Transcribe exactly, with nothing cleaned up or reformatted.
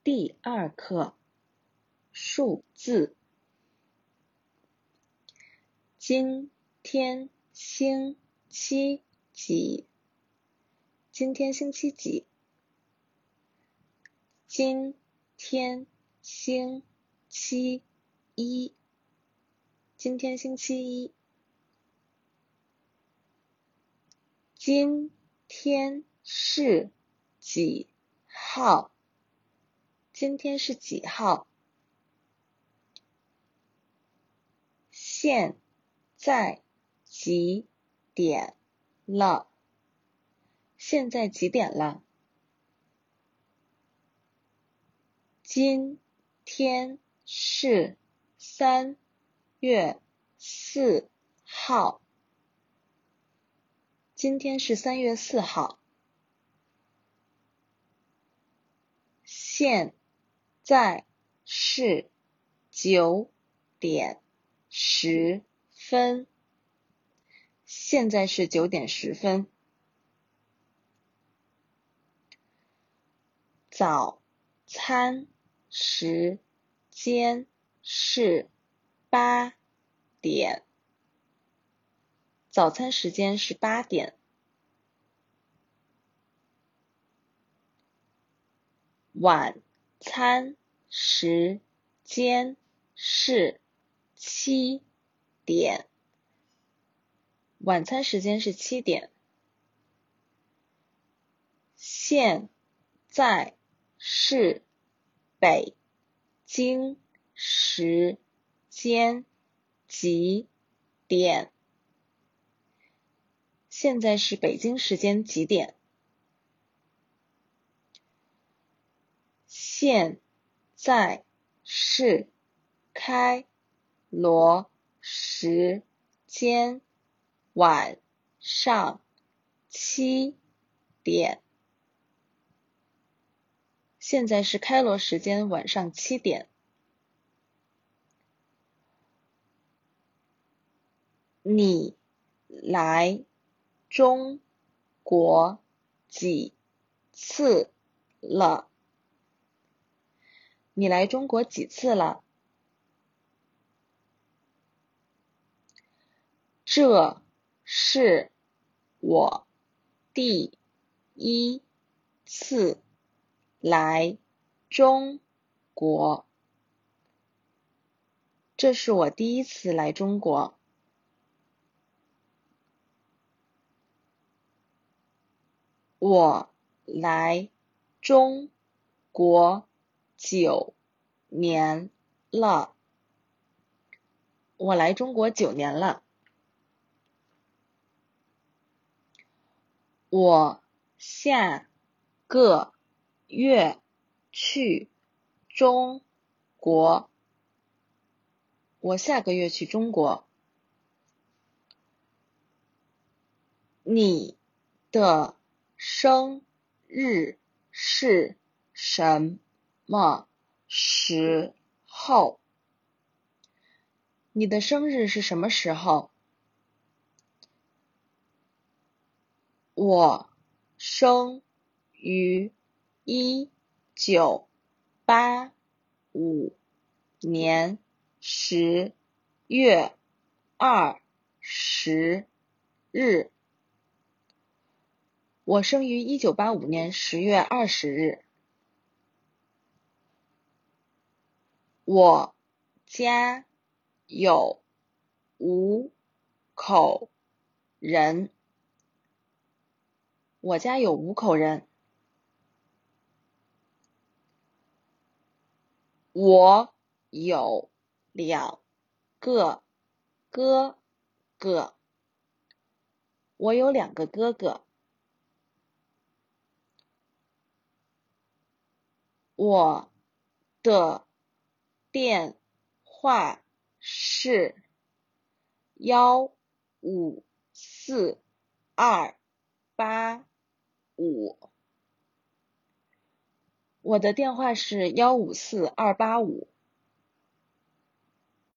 第二课数字。今天星期几？今天星期几？今天星期一。今天星期一。今天是几号？今天是几号？现在几点了？现在几点了？今天是三月四号。今天是三月四号。现在是九点十分。现在是九点十分。早餐时间是八点。早餐时间是八点。晚餐时间是七点。晚餐时间是七点。现在是北京时间几点？现在是北京时间几点？现在是开罗时间晚上七点。现在是开罗时间晚上七点。你来中国几次了？你来中国几次了？这是我第一次来中国。这是我第一次来中国。我来中国九年了。我来中国九年了。我下个月去中国。我下个月去中国。你的生日是什么时候？你的生日是什么时候？我生于一九八五年十月二十日。我生于一九八五年十月二十日。我家有五口人。我家有五口人。我有两个哥哥。我有两个哥哥。我的电话是幺五四二八五。我的电话是幺五四二八五。